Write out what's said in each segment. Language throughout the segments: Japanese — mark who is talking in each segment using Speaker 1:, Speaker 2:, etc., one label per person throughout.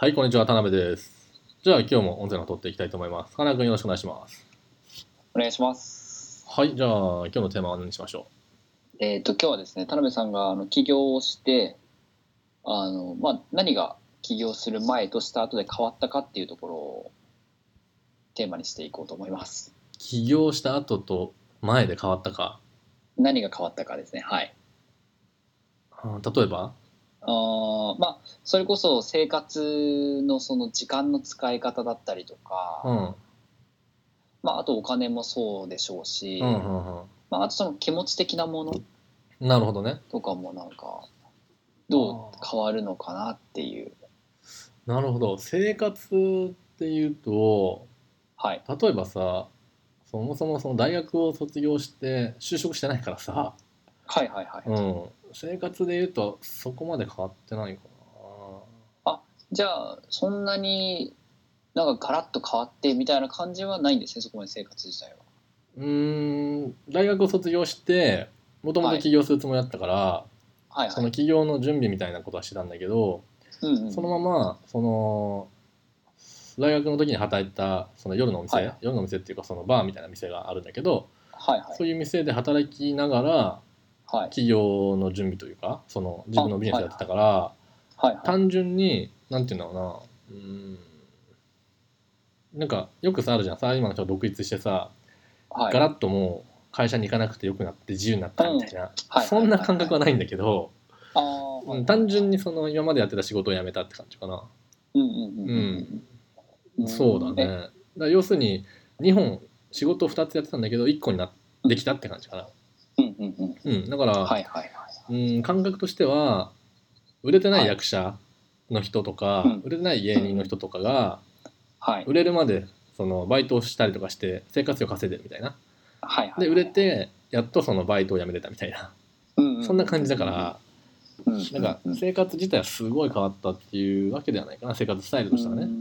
Speaker 1: はい、こんにちは、田辺です。じゃあ、今日も音声の撮っていきたいと思います。金谷君よろしくお願いします。
Speaker 2: お願いします。
Speaker 1: はい、じゃあ、今日のテーマは何にしましょ
Speaker 2: 今日はですね、田辺さんが起業をして何が起業する前とした後で変わったかっていうところをテーマにしていこうと思います。
Speaker 1: う。起業した後と前で変わったか。
Speaker 2: 何が変わったかですね。はい。
Speaker 1: 例えば。
Speaker 2: それこそ生活のその時間の使い方だったりとか、
Speaker 1: うん。
Speaker 2: あとお金もそうでしょうし、
Speaker 1: うんうんうん。
Speaker 2: あとその気持ち的なもの
Speaker 1: なるほどね。
Speaker 2: とかもどう変わるのかなっていう。
Speaker 1: なるほど。生活っていうと、
Speaker 2: はい。
Speaker 1: 例えばさ、そもそもその大学を卒業して就職してないからさ、
Speaker 2: はいはいはい。
Speaker 1: うん。生活で言うとそこまで変わってないか
Speaker 2: じゃあそんなにガラッと変わってみたいな感じはないんですね、そこまで生活自体は。
Speaker 1: な。大学を卒業して、もともと起業するつもりだったから、その
Speaker 2: はいはい。
Speaker 1: 起業の準備みたいなことはしてたんだけど、
Speaker 2: うんうん。
Speaker 1: そのままその大学の時に働いたその夜のお店、
Speaker 2: はい
Speaker 1: 夜のお店っていうかそのバーみたいな店があるんだけど、
Speaker 2: はいはい
Speaker 1: そういう店で働きながら
Speaker 2: はい。
Speaker 1: 起業の準備というか、その自分のビジネスやってたから、
Speaker 2: はいはい。
Speaker 1: 単純になんていうんだろうな、なんかよくさあるじゃん、サラリーマンの人が独立してさ、
Speaker 2: はい。
Speaker 1: ガラッともう会社に行かなくてよくなって自由になったみたいな、
Speaker 2: はい
Speaker 1: そんな感覚はないんだけど、単純にその今までやってた仕事を辞めたって感じかな。
Speaker 2: うんうんうん
Speaker 1: う
Speaker 2: うん
Speaker 1: ん、そうだね。だから要するに2本仕事を2つやってたんだけど1個にできたって感じかな。
Speaker 2: うんうんうん。
Speaker 1: だから、
Speaker 2: はいはい
Speaker 1: 感覚としては売れてない
Speaker 2: はい。
Speaker 1: 役者の人とか、
Speaker 2: うん
Speaker 1: 売れてない芸人の人とかが
Speaker 2: はい。
Speaker 1: 売れるまでそのバイトをしたりとかして生活費を稼いでるみたいな。
Speaker 2: はいはい。
Speaker 1: で売れてやっとそのバイトを辞めれたみたいな、そんな感じだから、なんか生活自体はすごい変わったっていうわけではないかな、生活スタイルとしてはね。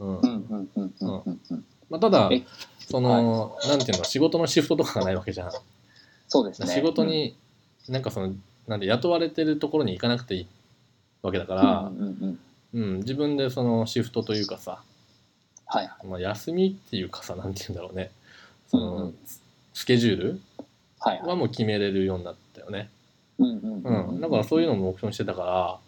Speaker 1: ただそのなんていうの、仕事のシフトとかがないわけじゃん。
Speaker 2: そうですね。
Speaker 1: 仕事になんかそのなんで雇われてるところに行かなくていいわけだから、自分でそのシフトというかさ、休みっていうかさ、なんていうんだろうね、そのスケジュールはもう決めれるようになったよね。だからそういうのも目標にしてたから、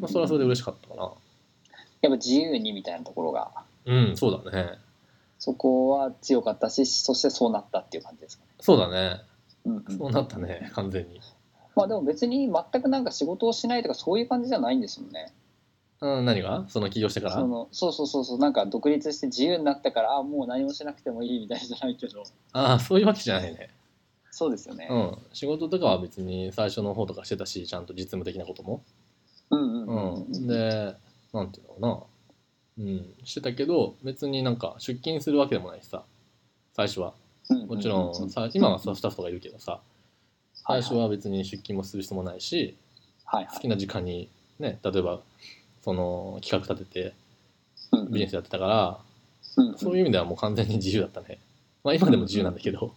Speaker 1: それはそれで嬉しかったかな。
Speaker 2: やっぱ自由にみたいなところが、
Speaker 1: そうだね。
Speaker 2: そこは強かったし、そしてそうなったっていう感じですかね。
Speaker 1: そうだね。そうなったね、完全に。
Speaker 2: でも別に全く仕事をしないとかそういう感じじゃないんですもんね。
Speaker 1: 何がその起業してから。
Speaker 2: そう独立して自由になったからもう何もしなくてもいいみたいじゃないけど。
Speaker 1: そういうわけじゃないね。
Speaker 2: そうですよね。
Speaker 1: 仕事とかは別に最初の方とかしてたし、ちゃんと実務的なことも。で、なんていうのかな、してたけど別になんか出勤するわけでもないしさ、最初は。もちろんさ、今はさスタッフとかいるけどさ、最初は別に出勤もする必要もないし、好きな時間にね、例えばその企画立ててビジネスやってたから、そういう意味ではもう完全に自由だったね。今でも自由なんだけど。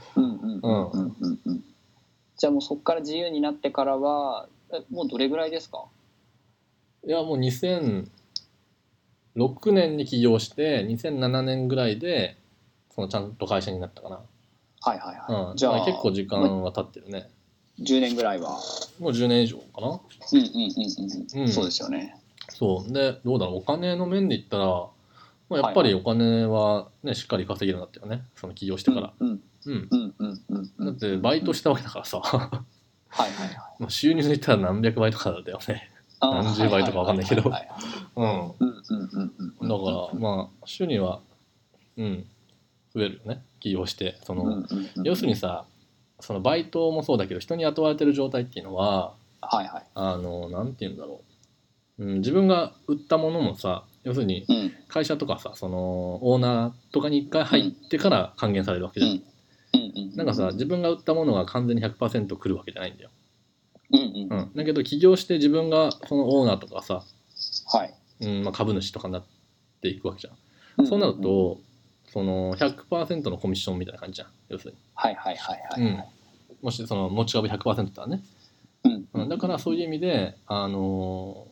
Speaker 2: じゃあもうそこから自由になってからはもうどれぐらいですか？
Speaker 1: いやもう2006年に起業して2007年ぐらいでそのちゃんと会社になったかな。じゃあ結構時間は経ってるね。
Speaker 2: 10年ぐらいは。
Speaker 1: もう10年以上かな。
Speaker 2: そうですよね。
Speaker 1: そうで、どうだろう、お金の面で言ったら、やっぱりお金はねしっかり稼げるようになったよね、その起業してから。だってバイトしたわけだからさ収入で言ったら何百倍とかだったよね。何十倍とか分かんないけど。だから収入は増えるよね、起業して。その要するにさ、そのバイトもそうだけど人に雇われてる状態っていうのは、なんて言うんだろう、自分が売ったものもさ、要するに会社とかさ、そのオーナーとかに一回入ってから還元されるわけじゃん。なんかさ、自分が売ったものが完全に 100% 来るわけじゃないんだよ。だけど起業して自分がそのオーナーとかさ、株主とかになっていくわけじゃん。そうなるとその 100% のコミッションみたいな感じじゃん、要するに。もしその持ち株 100% だったらね。だからそういう意味で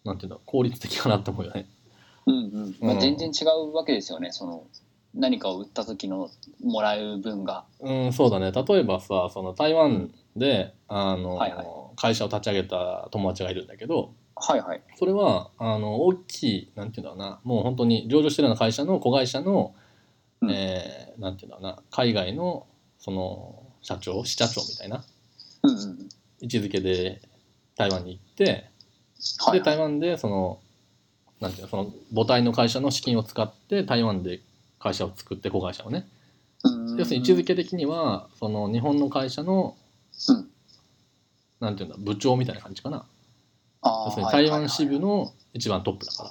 Speaker 1: なんていうんだ効率的かなと思うよね。
Speaker 2: まあ、全然違うわけですよね、その何かを売った時のもらう分が。
Speaker 1: そうだね。例えばさ、その台湾で、会社を立ち上げた友達がいるんだけど、それは大きい、なんていうんだろうな、もう本当に上場してるような会社の子会社の、なんていうんだろうな、海外のその支社長みたいな位置づけで台湾に行って、で台湾でそのなんていうの、その母体の会社の資金を使って台湾で会社を作って子会社をね、要するに位置づけ的にはその日本の会社の、なんていうんだ部長みたいな感じかな。要するに台湾支部の一番トップだから。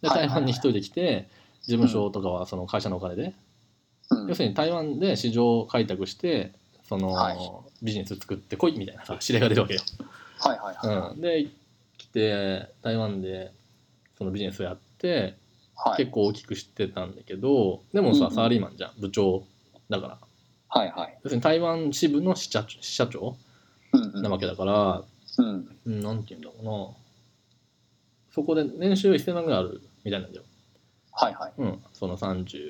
Speaker 1: で台湾に一人で来て事務所とかはその会社のお金で、要するに台湾で市場開拓してその、ビジネス作ってこいみたいなさ指令が出るわけよ。で来て台湾でそのビジネスをやって、結構大きくしてたんだけど、でもさ、サラリーマンじゃん、部長だから、要するに台湾支部の支社長なわけだから、なんていうんだろうな、そこで年収1000万ぐらいあるみたいなんだよ。その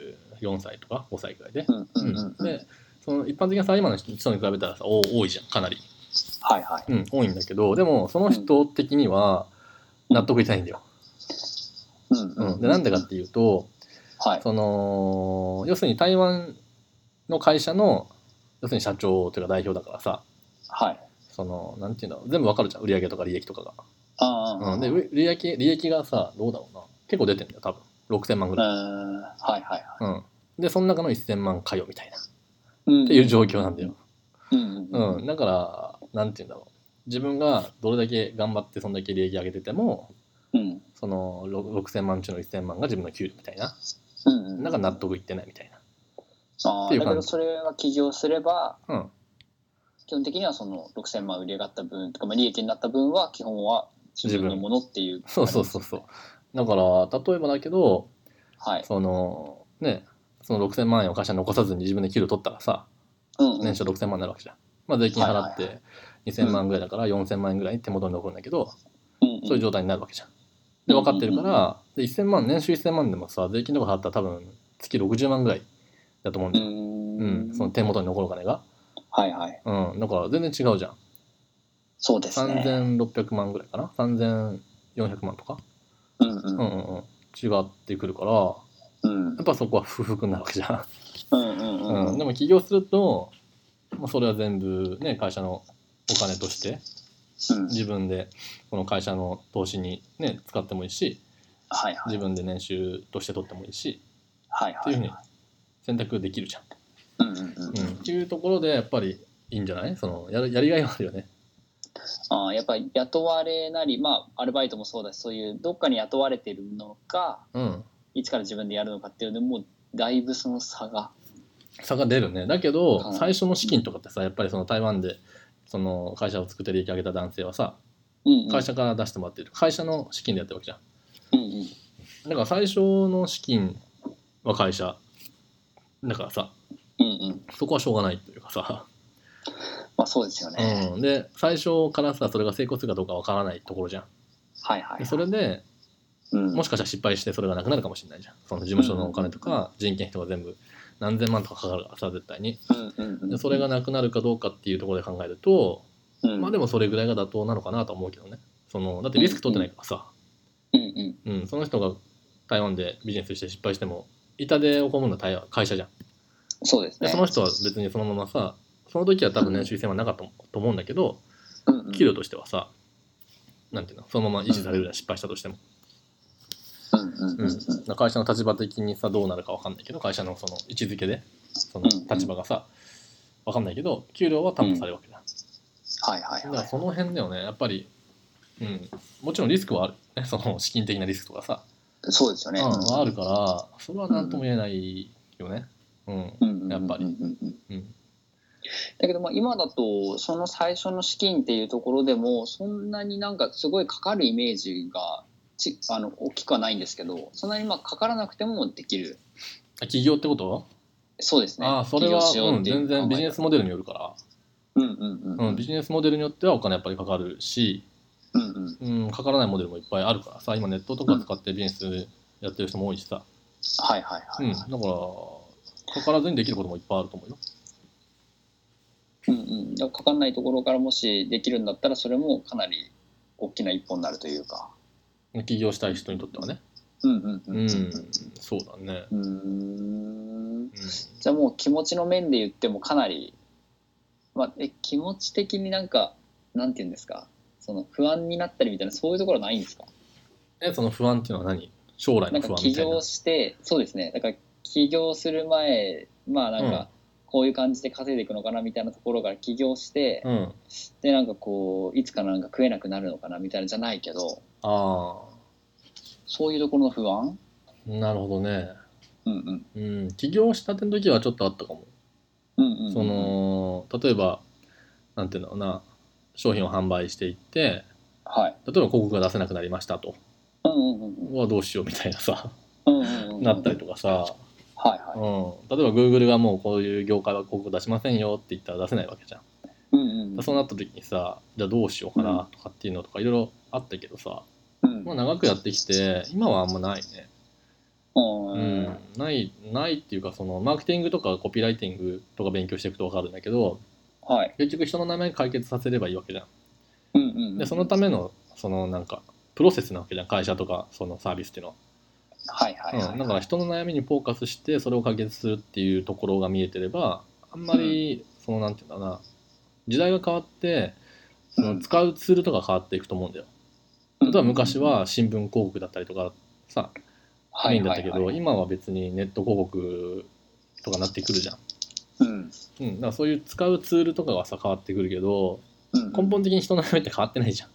Speaker 1: 34歳とか5歳くらいで、でその一般的なサラリーマンの人に比べたらさ多いじゃん、かなり、多いんだけど、でもその人的には納得いかないんだよ。でなんでかっていうと、その要するに台湾の会社の要するに社長というか代表だからさ、そのなんていうんだろう、全部わかるじゃん、売上とか利益とかが。で利益がさどうだろうな、結構出てんだよ多分6000万ぐらい。でその中の1000万かよみたいな、っていう状況なんだよ。だからなんていうんだろう、自分がどれだけ頑張ってそんだけ利益上げてても、その6000万中の1000万が自分の給料みたいな、なんか納得いってないみたいな。
Speaker 2: だけどそれは起業すれば、基本的にはその6000万売り上がった分とか、利益になった分は基本は自分のものっていう、
Speaker 1: そうだから例えばだけど、そのね、その6000万円を会社に残さずに自分で給料取ったらさ、年収6000万になるわけじゃん。まあ税金払って2000万ぐらいだから4000万円ぐらい手元に残るんだけど、そういう状態になるわけじゃん。で分かってるから、で1000万年収1000万でもさ税金とか払ったら多分月60万ぐらいだと思うんだよ。その手元に残るお金が。だから全然違うじゃん。
Speaker 2: そうですね。
Speaker 1: 3600万ぐらいかな、3400万とか、違ってくるから、やっぱそこは不服になるわけじゃん。でも起業すると、それは全部ね会社のお金として自分でこの会社の投資にね使ってもいいし、自分で年収として取ってもいいし、っていうふうに選択できるじゃん。っていうところでやっぱりいいんじゃない？そのやりがいはあるよね。
Speaker 2: やっぱり雇われなり、アルバイトもそうだし、そういうどっかに雇われてるのか、いつから自分でやるのかっていうのでもうだいぶその差が
Speaker 1: 出るね。だけど最初の資金とかってさ、やっぱりその台湾でその会社を作って利益上げた男性はさ、会社から出してもらってる会社の資金でやってるわけじゃん。だから最初の資金は会社だからさ、そこはしょうがないというかさ、
Speaker 2: そうですよね。
Speaker 1: で最初からさそれが成功するかどうかわからないところじゃん。でそれで、もしかしたら失敗してそれがなくなるかもしれないじゃん。その事務所のお金とか人件費とか全部何千万とかかかるからさ絶対に。でそれがなくなるかどうかっていうところで考えると、でもそれぐらいが妥当なのかなと思うけどね。そのだってリスク取ってないからさ、その人が台湾でビジネスして失敗しても痛手を被るのは会社じゃん。
Speaker 2: そうですね。
Speaker 1: でその人は別にそのままさ、その時は多分年収1000万なかったと思うんだけど、給料としてはさ、なんていうの、そのまま維持されるじゃん、失敗したとしても。会社の立場的にさどうなるか分かんないけど、会社のその位置づけでその立場がさ分かんないけど給料は担保されるわけだ。だからその辺だよねやっぱり。もちろんリスクはあるね、その資金的なリスクとかさ。
Speaker 2: そうですよね。
Speaker 1: はあるからそれは何とも言えないよね。やっぱり。
Speaker 2: だけど今だとその最初の資金っていうところでもそんなになんかすごいかかるイメージが大きくはないんですけど、そんなにかからなくてもできる。
Speaker 1: 起業ってこと？
Speaker 2: そうですね。
Speaker 1: それは、全然ビジネスモデルによるから。ビジネスモデルによってはお金やっぱりかかるし、 かからないモデルもいっぱいあるからさ、今ネットとか使ってビジネスやってる人も多いしさ、だからかからずにできることもいっぱいあると思うよ。
Speaker 2: かかんないところからもしできるんだったらそれもかなり大きな一歩になるというか、
Speaker 1: 起業したい人にとってはね。そうだね。
Speaker 2: じゃあもう気持ちの面で言ってもかなり、気持ち的になんて言うんですか、その不安になったりみたいな、そういうところないんですか？
Speaker 1: その不安っていうのは何？将来の不安みたいな。
Speaker 2: 起業してそうですね、だから起業する前こういう感じで稼いでいくのかなみたいなところから起業して、でいつか食えなくなるのかなみたいなじゃないけど、そういうところの不安。
Speaker 1: なるほどね。起業したての時はちょっとあったかも。例えばなんていうんだろうな、商品を販売していって、例えば広告が出せなくなりましたと、どうしようみたいなさ、なったりとかさ、例えば Google がもうこういう業界は広告出しませんよって言ったら出せないわけじゃん。そうなった時にさ、じゃあどうしようかなとかっていうのとかいろいろあったけどさ、長くやってきて今はあんまないね。ないっていうか、そのマーケティングとかコピーライティングとか勉強していくと分かるんだけど、結局人の名前解決させればいいわけじゃん。でそのためのそのプロセスなわけじゃん、会社とかそのサービスっていうのは。だから人の悩みにフォーカスしてそれを解決するっていうところが見えてれば、あんまりそのなんていうんだろうな、時代が変わってその使うツールとか変わっていくと思うんだよ。例えば昔は新聞広告だったりとかさメインだったけど、今は別にネット広告とかなってくるじゃん。だからそういう使うツールとかがさ変わってくるけど、根本的に人の悩みって変わってないじゃん。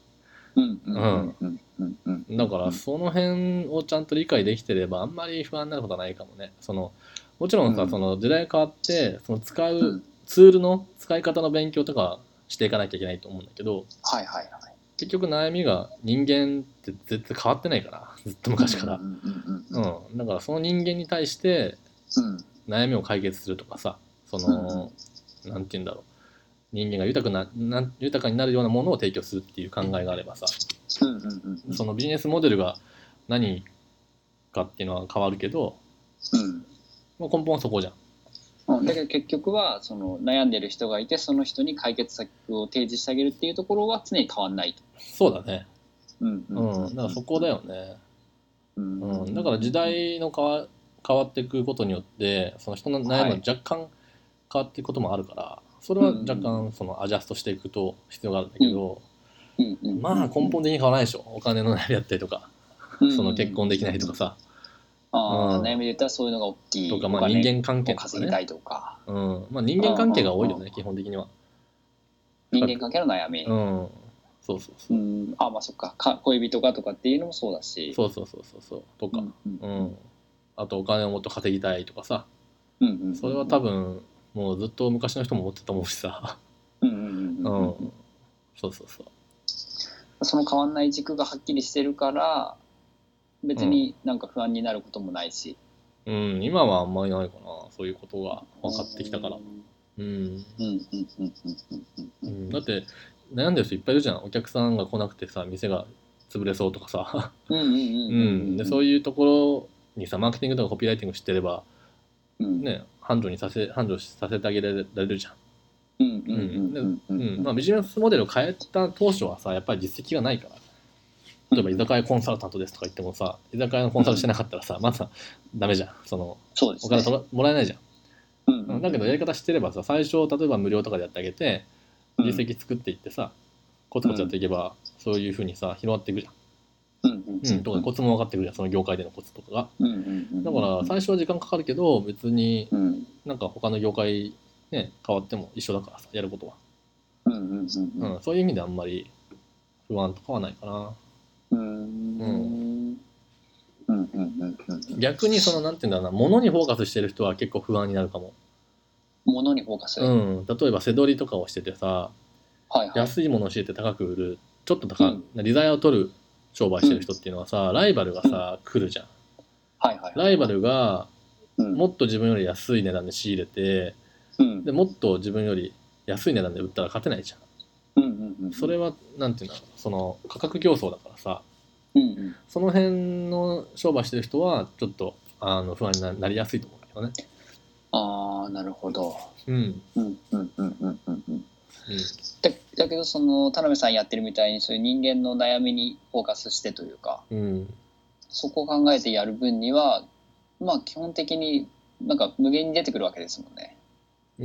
Speaker 1: だからその辺をちゃんと理解できてればあんまり不安になることはないかもね。もちろんさ、その時代が変わってその使うツールの使い方の勉強とかしていかなきゃいけないと思うんだけど、結局悩みが人間って絶対変わってないから、ずっと昔から。だからその人間に対して悩みを解決するとかさ、なんて言うんだろう、人間が豊かになるようなものを提供するっていう考えがあればさ、そのビジネスモデルが何かっていうのは変わるけど、根本はそこじゃん。
Speaker 2: だけど結局はその悩んでる人がいて、その人に解決策を提示してあげるっていうところは常に変わんないと。
Speaker 1: そうだね。だからそこだよね。だから時代の変わっていくことによってその人の悩みも若干変わっていくこともあるから、それは若干そのアジャストしていくと必要があるんだけど、まあ根本的に変わらないでしょ。お金の悩みだったりとか、その結婚できないとかさ、
Speaker 2: 悩みで言ったらそういうのが大きい
Speaker 1: とか、人間関係とか
Speaker 2: 稼ぎたいとか、
Speaker 1: 人間関係が多いよね、基本的には。
Speaker 2: 人間関係の悩み。
Speaker 1: そうそうそう。
Speaker 2: そっか、恋人がとかっていうのもそうだし、
Speaker 1: そうとか、あとお金をもっと稼ぎたいとかさ、それは多分もうずっと昔の人も思ってたと思うしさ、
Speaker 2: その変わんない軸がはっきりしてるから別に不安になることもないし、
Speaker 1: 今はあんまりないかな、そういうことが分かってきたから。だって悩んでる人いっぱいいるじゃん。お客さんが来なくてさ、店が潰れそうとかさ、でそういうところにさ、マーケティングとかコピーライティング知ってれば、繁盛させてあげられるじゃん。ビジネスモデルを変えた当初はさ、やっぱり実績がないから、例えば居酒屋コンサルタントですとか言ってもさ、居酒屋のコンサルしてなかったらさ、まずはダメじゃん。お金もらえないじゃん。だけどやり方知ってればさ、最初例えば無料とかでやってあげて実績作っていってさ、コツコツやっていけばそういう風にさ広がっていくじゃん。とかコツも分かってくるじゃん、その業界でのコツとかが。だから最初は時間かかるけど、別に他の業界ね変わっても一緒だからさ、やることは。そういう意味であんまり不安とかはないかな。逆になんていうんだろうな、物にフォーカスしてる人は結構不安になるかも。
Speaker 2: 物にフォーカス。
Speaker 1: 例えば背取りとかをしててさ、安いものを教えて高く売る、ちょっと利ザヤを取る商売してる人っていうのはさ、ライバルがさ、来るじゃん。ライバルがもっと自分より安い値段で仕入れて、でもっと自分より安い値段で売ったら勝てないじゃん。 それはなんていうの、その価格競争だからさ、
Speaker 2: うんうん、
Speaker 1: その辺の商売してる人はちょっと不安になりやすいと思うんだけどね。
Speaker 2: ああ、なるほど。
Speaker 1: うん
Speaker 2: うんうんうんうんうんうん。だけどその田辺さんやってるみたいにそういう人間の悩みにフォーカスしてというか、
Speaker 1: うん、
Speaker 2: そこを考えてやる分にはまあ基本的になんか無限に出てくるわけですもんね。
Speaker 1: うん、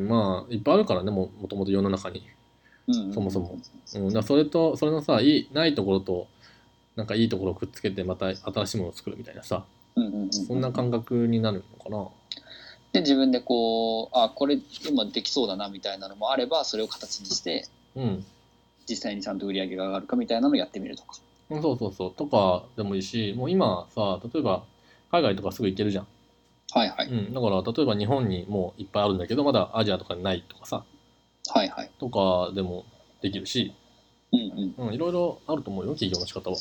Speaker 1: まあいっぱいあるからね、もともと世の中に、そもそも。だからそれのさ、ないところとなんかいいところをくっつけてまた新しいものを作るみたいなさ、そんな感覚になるのかな。
Speaker 2: で自分でこうこれ今できそうだなみたいなのもあれば、それを形にして、実際にちゃんと売り上げが上がるかみたいなのをやってみるとか。
Speaker 1: そうそうそうとかでもいいし、もう今さ、例えば海外とかすぐ行けるじゃん。
Speaker 2: はいはい。
Speaker 1: だから例えば日本にもういっぱいあるんだけどまだアジアとかにないとかさ、
Speaker 2: はいはい。
Speaker 1: とかでもできるし、いろいろあると思うよ、起業の仕方は。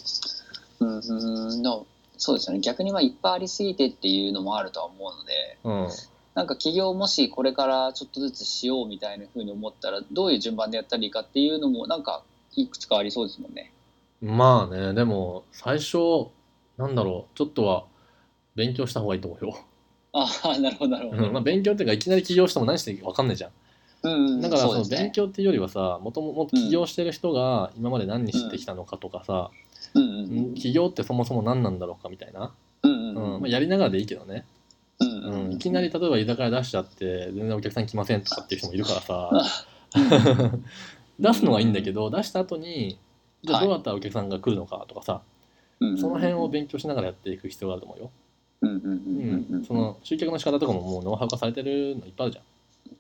Speaker 2: そうですよね。逆にいっぱいありすぎてっていうのもあるとは思うので、なんか起業もしこれからちょっとずつしようみたいな風に思ったら、どういう順番でやったらいいかっていうのもなんかいくつかありそうですもんね。
Speaker 1: まあね、でも最初なんだろう、ちょっとは勉強した方がいいと思うよ。
Speaker 2: ああ、なるほどなるほど。
Speaker 1: まあ勉強っていうかいきなり起業しても何していいか分かんないじゃん。だからその勉強っていうよりはさ、もっと起業してる人が今まで何にしてきたのかとかさ、起業ってそもそも何なんだろうかみたいな、やりながらでいいけどね、いきなり例えば居酒屋出しちゃって全然お客さん来ませんとかっていう人もいるからさ出すのはいいんだけど、出した後にじゃあどうやったらお客さんが来るのかとかさ、その辺を勉強しながらやっていく必要があると思うよ。その集客の仕方とかももうノウハウ化されてるのいっぱいあるじゃん。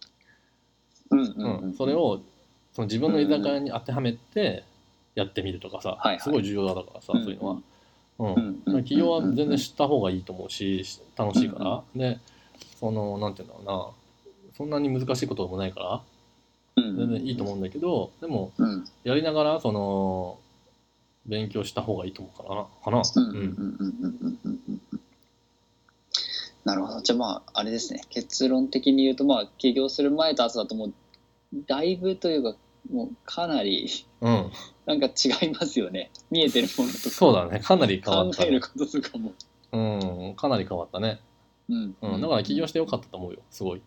Speaker 1: それをその自分の居酒屋に当てはめてやってみるとかさ、すごい重要だからさ、そういうのは。起業は全然知った方がいいと思うし、楽しいから。で、その、なんていうんだろうな、そんなに難しいこともないから、全然いいと思うんだけど、でも、やりながら、その、勉強した方がいいと思うかな。
Speaker 2: なるほど。じゃああれですね。結論的に言うと起業する前と後だともうだいぶというかもうかなり、なんか違いますよね。見えてるものとか。
Speaker 1: そうだね。かなり変わった、
Speaker 2: 考えることとかも。
Speaker 1: かなり変わったね。だから起業してよかったと思うよ。すごい。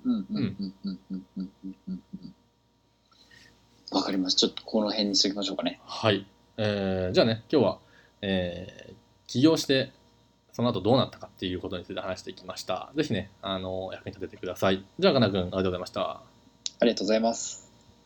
Speaker 2: わかります。ちょっとこの辺にしときましょうかね。
Speaker 1: はい。じゃあね、今日は、起業してその後どうなったかっていうことについて話していきました。ぜひね、役に立ててください。じゃあ、かなくん、ありがとうございました。
Speaker 2: ありがとうございます。